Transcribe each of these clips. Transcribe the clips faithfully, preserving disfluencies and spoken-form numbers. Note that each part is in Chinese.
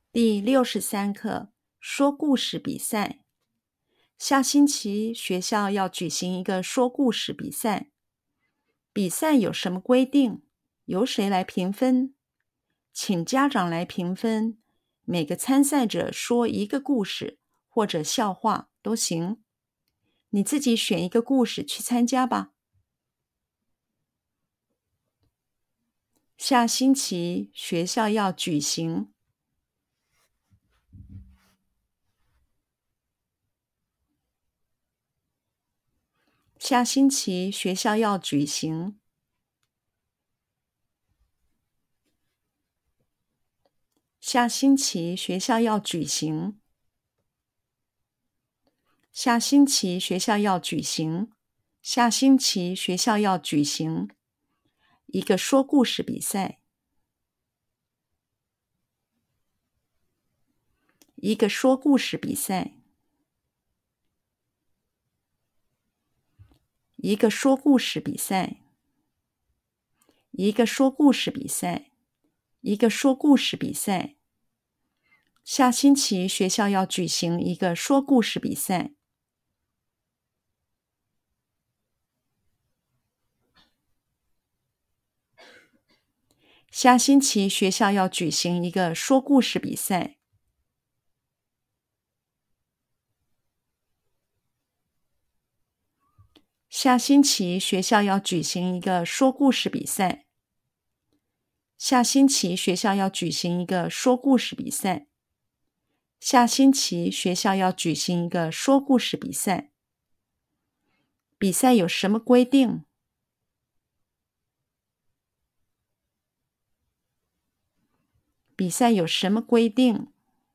第六十三课说故事比赛。下星期学校要举行一个说故事比赛。比赛有什么规定？由谁来评分？请家长来评分。每个参赛者说一个故事或者笑话都行。你自己选一个故事去参加吧。下星期学校要举行。下星期学校要举行。下星期学校要举行。下星期学校要举行。下星期学校要举行一个说故事比赛。一个说故事比赛。一个说故事比赛。一个说故事比赛。一个说故事比赛。下星期学校要举行一个说故事比赛。下星期学校要举行一个说故事比赛。下星期学校要举行一个说故事比赛。下星期学校要举行一个说故事比赛。下星期学校要举行一个说故事比赛。比赛有什么规定？比赛有什么规定？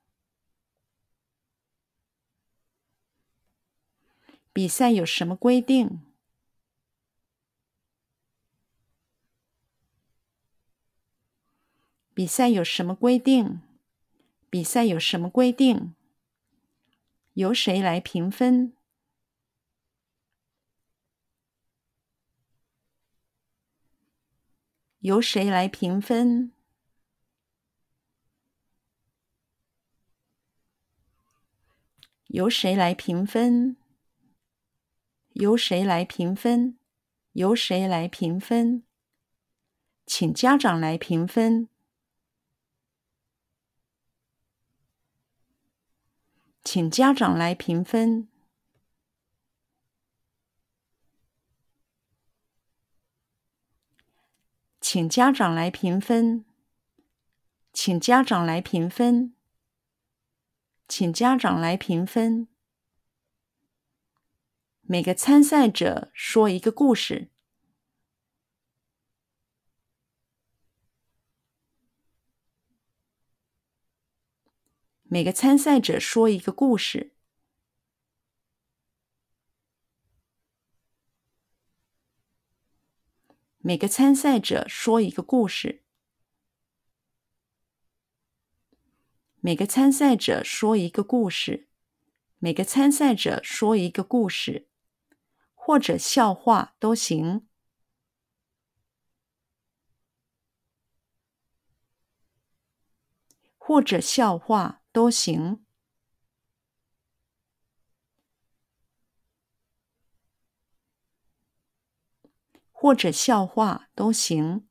比赛有什么规定？比赛有什么规定？比赛有什么规定？由谁来评分？由谁来评分？由谁来评分？由谁来评分？由谁来评分？请家长来评分。请家长来评分。请家长来评分。请家长来评分。请家长来评分。每个参赛者说一个故事。每个参赛者说一个故事。每个参赛者说一个故事。每个参赛者说一个故事。每个参赛者说一个故事，或者笑话都行。或者笑话都行。或者笑话都行。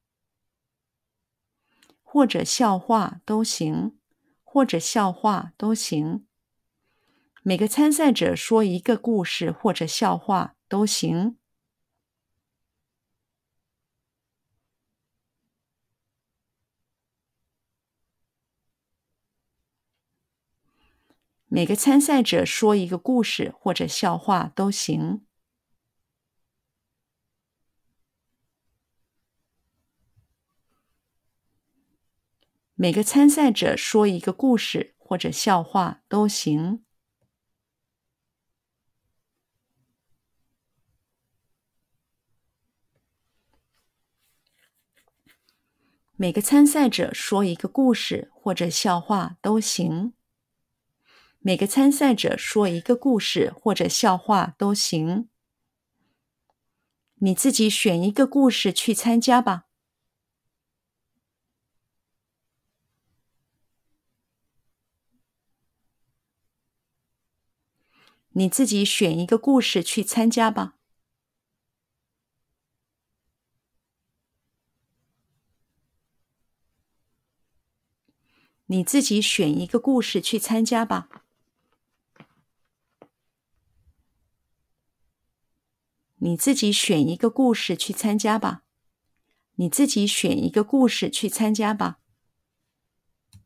或者笑话都行。或者笑话都行。每个参赛者说一个故事或者笑话都行。每个参赛者说一个故事或者笑话都行。每个参赛者说一个故事或者笑话都行。每个参赛者说一个故事或者笑话都行。每个参赛者说一个故事或者笑话都行。你自己选一个故事去参加吧。 你自己选一个故事去参加吧。你自己选一个故事去参加吧。你自己选一个故事去参加吧。你自己选一个故事去参加吧。